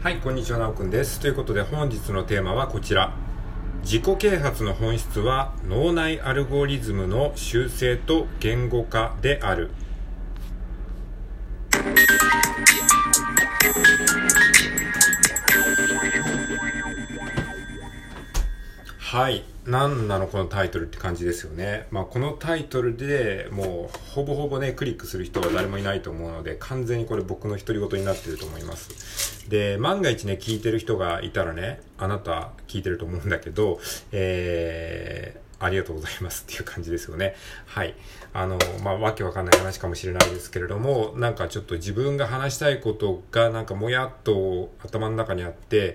はい、こんにちは、なおくんです。ということで本日のテーマはこちら。自己啓発の本質は脳内アルゴリズムの修正と言語化である。はい。何なのこのタイトルって感じですよね。このタイトルでもうほぼほぼね、クリックする人は誰もいないと思うので、完全にこれ僕の独り言になっていると思います。で、万が一ね、聞いてる人がいたらね、あなた聞いてると思うんだけど、ありがとうございますっていう感じですよね。はい。わけわかんない話かもしれないですけれども、なんかちょっと自分が話したいことがなんかもやっと頭の中にあって、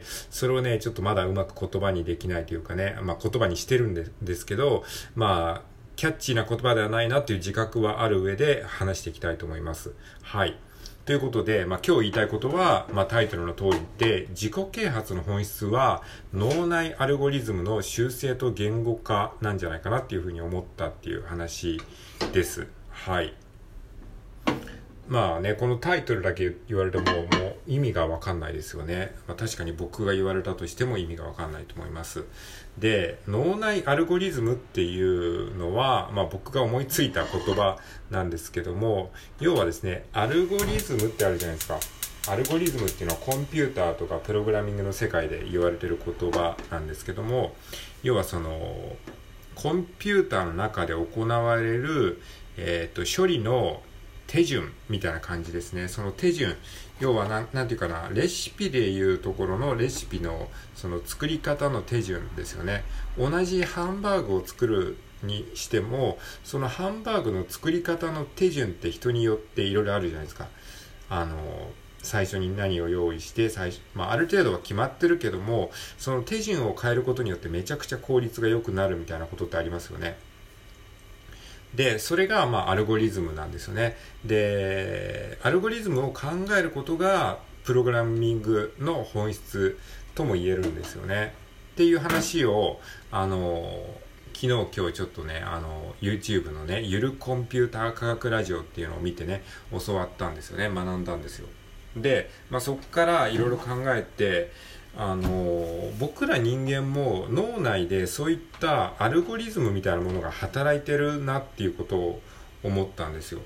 それをね、ちょっとまだうまく言葉にできないというかね、言葉にしてるんですけど、キャッチーな言葉ではないなっていう自覚はある上で話していきたいと思います。はい。ということで、今日言いたいことは、タイトルの通りで、自己啓発の本質は脳内アルゴリズムの修正と言語化なんじゃないかなっていうふうに思ったっていう話です。はい。このタイトルだけ言われてもう意味がわかんないですよね。確かに僕が言われたとしても意味がわかんないと思います。で、脳内アルゴリズムっていうのは、僕が思いついた言葉なんですけども、要はですね、アルゴリズムってあるじゃないですか。アルゴリズムっていうのはコンピューターとかプログラミングの世界で言われている言葉なんですけども、要はその、コンピューターの中で行われる、処理の手順みたいな感じですね。その手順、要はなんていうかな、レシピでいうところのレシピのその作り方の手順ですよね。同じハンバーグを作るにしても、そのハンバーグの作り方の手順って人によっていろいろあるじゃないですか。最初に何を用意して、ある程度は決まってるけども、その手順を変えることによってめちゃくちゃ効率が良くなるみたいなことってありますよね。で、それがアルゴリズムなんですよね。で、アルゴリズムを考えることがプログラミングの本質とも言えるんですよね。っていう話を、昨日今日ちょっとね、YouTube のね、ゆるコンピューター科学ラジオっていうのを見てね、教わったんですよね。学んだんですよ。で、そこからいろいろ考えて、僕ら人間も脳内でそういったアルゴリズムみたいなものが働いてるなっていうことを思ったんですよ。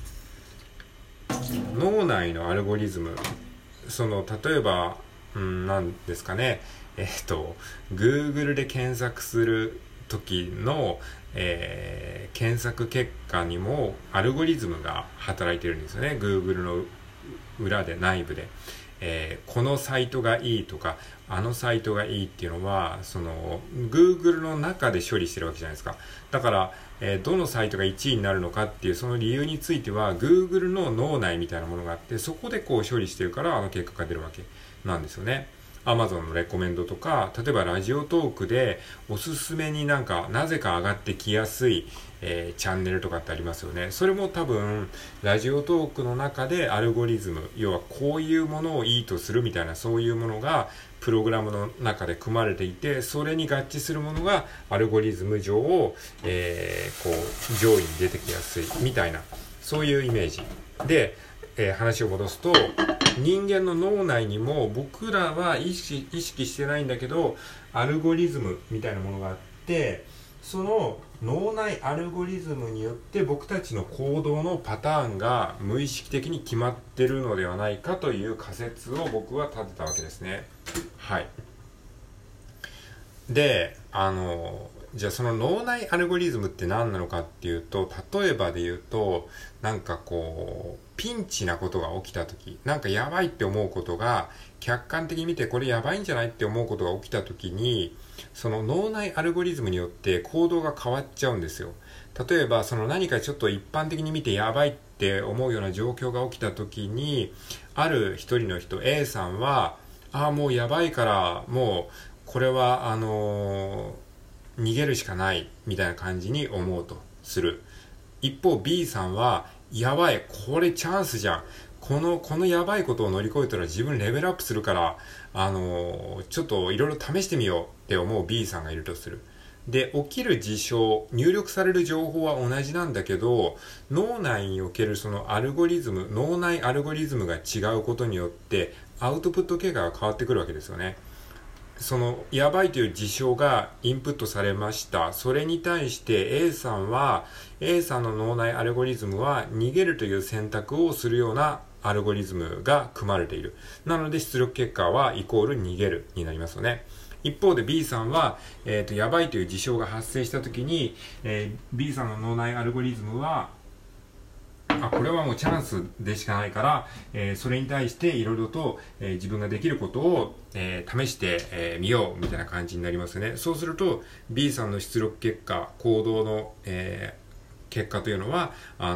脳内のアルゴリズム、例えば、なんですかね、Google で検索する時の、検索結果にもアルゴリズムが働いてるんですよね。Google の裏で、内部で。このサイトがいいとかあのサイトがいいっていうのはその Google の中で処理してるわけじゃないですか。だから、どのサイトが1位になるのかっていうその理由については Google の脳内みたいなものがあって、そこでこう処理してるからあの結果が出るわけなんですよね。Amazon のレコメンドとか、例えばラジオトークでおすすめになぜか上がってきやすい、チャンネルとかってありますよね。それも多分ラジオトークの中でアルゴリズム、要はこういうものをいいとするみたいな、そういうものがプログラムの中で組まれていて、それに合致するものがアルゴリズム上を、上位に出てきやすいみたいな、そういうイメージで、話を戻すと、人間の脳内にも僕らは意識してないんだけどアルゴリズムみたいなものがあって、その脳内アルゴリズムによって僕たちの行動のパターンが無意識的に決まってるのではないかという仮説を僕は立てたわけですね。はい。で、じゃあその脳内アルゴリズムって何なのかっていうと、例えばで言うと、ピンチなことが起きた時、やばいって思うことが、客観的に見てこれやばいんじゃないって思うことが起きた時に、その脳内アルゴリズムによって行動が変わっちゃうんですよ。例えばその何かちょっと一般的に見てやばいって思うような状況が起きた時に、ある一人の人 A さんは、もうやばいからもうこれは逃げるしかないみたいな感じに思うとする。一方 B さんは、やばい、これチャンスじゃん。このやばいことを乗り越えたら自分レベルアップするから、ちょっといろいろ試してみようって思う B さんがいるとする。 で、起きる事象、入力される情報は同じなんだけど、脳内におけるそのアルゴリズム、脳内アルゴリズムが違うことによって、アウトプット結果が変わってくるわけですよね。そのやばいという事象がインプットされました。それに対して A さんの脳内アルゴリズムは逃げるという選択をするようなアルゴリズムが組まれている。なので出力結果はイコール逃げるになりますよね。一方で B さんは、やばいという事象が発生したときに、B さんの脳内アルゴリズムはこれはもうチャンスでしかないから、それに対していろいろと、自分ができることを、試して、みようみたいな感じになりますよね。そうすると B さんの出力結果、行動の、結果というのは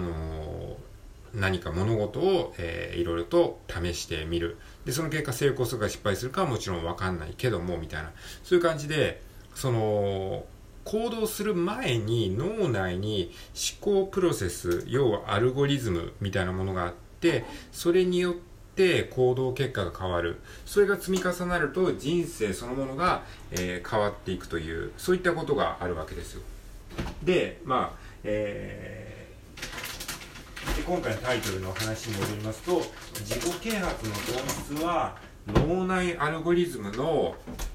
何か物事を、いろいろと試してみる。で、その結果成功するか失敗するかはもちろんわかんないけども、みたいな。そういう感じで、行動する前に脳内に思考プロセス、要はアルゴリズムみたいなものがあって、それによって行動結果が変わる。それが積み重なると人生そのものが、変わっていくという、そういったことがあるわけですよ。で、今回のタイトルの話に戻りますと、自己啓発の本質は脳内アルゴリズムの、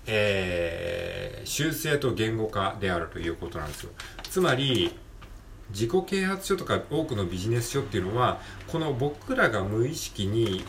修正と言語化であるということなんですよ。つまり自己啓発書とか多くのビジネス書っていうのは、この僕らが無意識に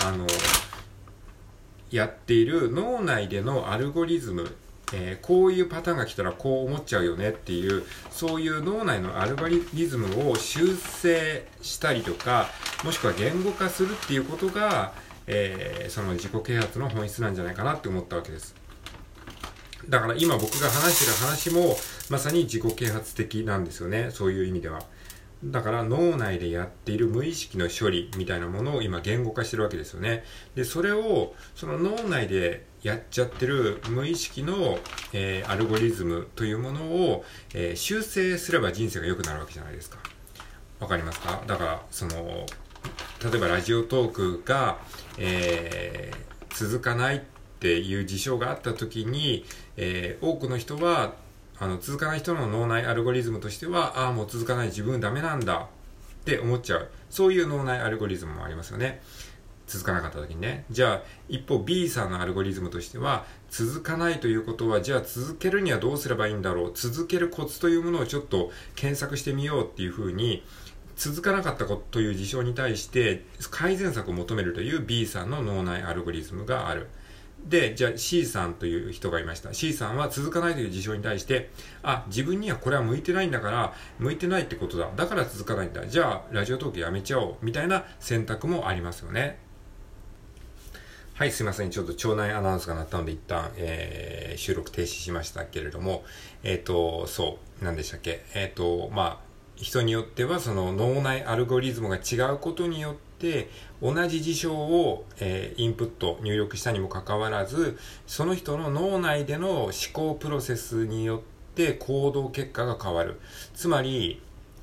やっている脳内でのアルゴリズム、こういうパターンが来たらこう思っちゃうよねっていう、そういう脳内のアルゴリズムを修正したりとか、もしくは言語化するっていうことが、その自己啓発の本質なんじゃないかなって思ったわけです。だから今僕が話してる話もまさに自己啓発的なんですよね。そういう意味では。だから脳内でやっている無意識の処理みたいなものを今言語化してるわけですよね。で、それをその脳内でやっちゃってる無意識の、アルゴリズムというものを、修正すれば人生が良くなるわけじゃないですか。わかりますか？だから例えばラジオトークが、続かないっていう事象があった時に、多くの人は続かない人の脳内アルゴリズムとしては、もう続かない、自分ダメなんだって思っちゃう。そういう脳内アルゴリズムもありますよね。続かなかった時にね。じゃあ一方 B さんのアルゴリズムとしては、続かないということは、じゃあ続けるにはどうすればいいんだろう、続けるコツというものをちょっと検索してみようっていうふうに、続かなかったことという事象に対して改善策を求めるという B さんの脳内アルゴリズムがある。で、じゃあ C さんという人がいました。C さんは続かないという事象に対して、自分にはこれは向いてないんだから、向いてないってことだ。だから続かないんだ。じゃあラジオトークやめちゃおう。みたいな選択もありますよね。はい、すいません。ちょっと腸内アナウンスが鳴ったので一旦、収録停止しましたけれども、何でしたっけ。人によってはその脳内アルゴリズムが違うことによって同じ事象を、インプット入力したにもかかわらず、その人の脳内での思考プロセスによって行動結果が変わる。つまり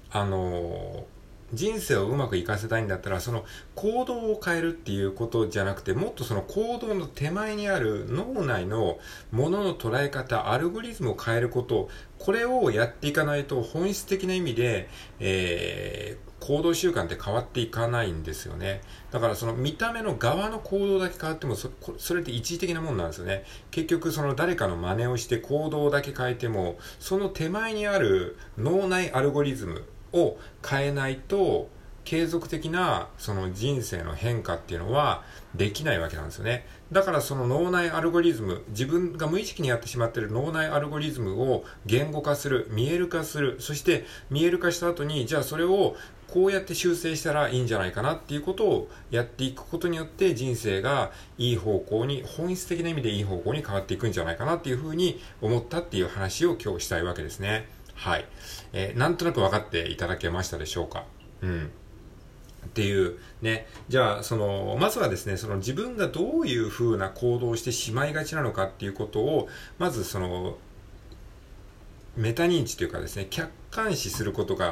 人生をうまく活かせたいんだったら、その行動を変えるっていうことじゃなくて、もっとその行動の手前にある脳内のものの捉え方、アルゴリズムを変えること、これをやっていかないと本質的な意味で、行動習慣って変わっていかないんですよね。だからその見た目の側の行動だけ変わっても、それって一時的なもんなんですよね。結局その誰かの真似をして行動だけ変えても、その手前にある脳内アルゴリズムを変えないと継続的なその人生の変化っていうのはできないわけなんですよね。だからその脳内アルゴリズム、自分が無意識にやってしまっている脳内アルゴリズムを言語化する、見える化する、そして見える化した後に、じゃあそれをこうやって修正したらいいんじゃないかなっていうことをやっていくことによって、人生がいい方向に、本質的な意味でいい方向に変わっていくんじゃないかなっていうふうに思ったっていう話を今日したいわけですね。はい。なんとなく分かっていただけましたでしょうか。っていうね。じゃあまずはですね、自分がどういう風な行動をしてしまいがちなのかっていうことを、まずメタ認知というかですね、客観視することが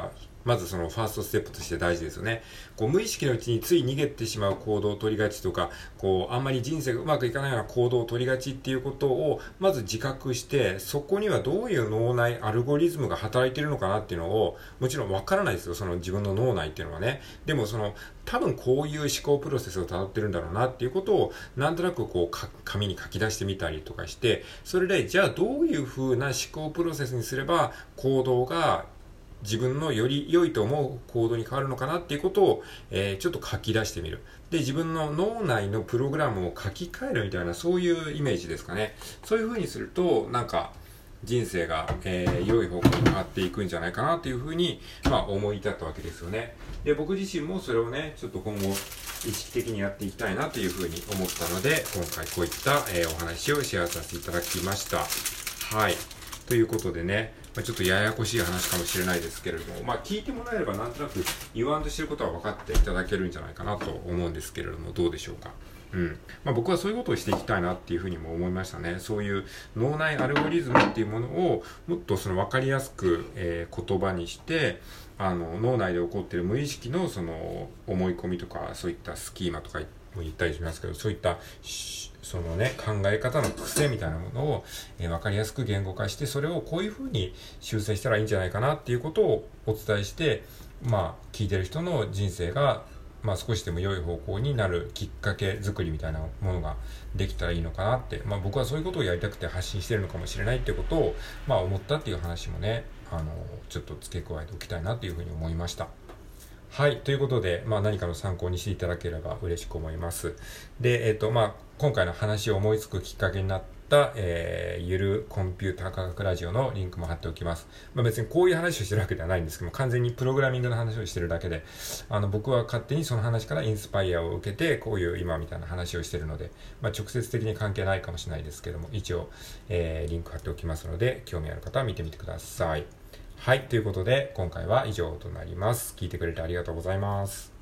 まずそのファーストステップとして大事ですよね。こう無意識のうちについ逃げてしまう行動を取りがちとか、こうあんまり人生がうまくいかないような行動を取りがちっていうことをまず自覚して、そこにはどういう脳内アルゴリズムが働いているのかなっていうのを、もちろんわからないですよ、その自分の脳内っていうのはね。でも多分こういう思考プロセスを辿ってるんだろうなっていうことをなんとなくこう紙に書き出してみたりとかして、それでじゃあどういう風な思考プロセスにすれば行動が自分のより良いと思う行動に変わるのかなっていうことを、ちょっと書き出してみる。で、自分の脳内のプログラムを書き換えるみたいな、そういうイメージですかね。そういう風にすると、なんか、人生が、良い方向に変わっていくんじゃないかなというふうに、思い至ったわけですよね。で、僕自身もそれをね、ちょっと今後、意識的にやっていきたいなというふうに思ったので、今回こういった、お話をシェアさせていただきました。はい。ということでね、ちょっとややこしい話かもしれないですけれども、聞いてもらえればなんとなく言わんとしてることは分かっていただけるんじゃないかなと思うんですけれども、どうでしょうか。僕はそういうことをしていきたいなっていうふうにも思いましたね。そういう脳内アルゴリズムっていうものをもっと分かりやすく、言葉にして、脳内で起こっている無意識の思い込みとか、そういったスキーマとかも言ったりしますけど、そういった考え方の癖みたいなものを、分かりやすく言語化して、それをこういうふうに修正したらいいんじゃないかなっていうことをお伝えして、聞いてる人の人生が少しでも良い方向になるきっかけ作りみたいなものができたらいいのかなって、僕はそういうことをやりたくて発信してるのかもしれないってことを、思ったっていう話もね、ちょっと付け加えておきたいなというふうに思いました。はい。ということで、何かの参考にしていただければ嬉しく思います。で、今回の話を思いつくきっかけになった、ゆるコンピューター科学ラジオのリンクも貼っておきます。別にこういう話をしてるわけではないんですけども、完全にプログラミングの話をしてるだけで、僕は勝手にその話からインスパイアを受けて、こういう今みたいな話をしてるので、直接的に関係ないかもしれないですけども、一応、リンク貼っておきますので、興味ある方は見てみてください。はい。ということで、今回は以上となります。聞いてくれてありがとうございます。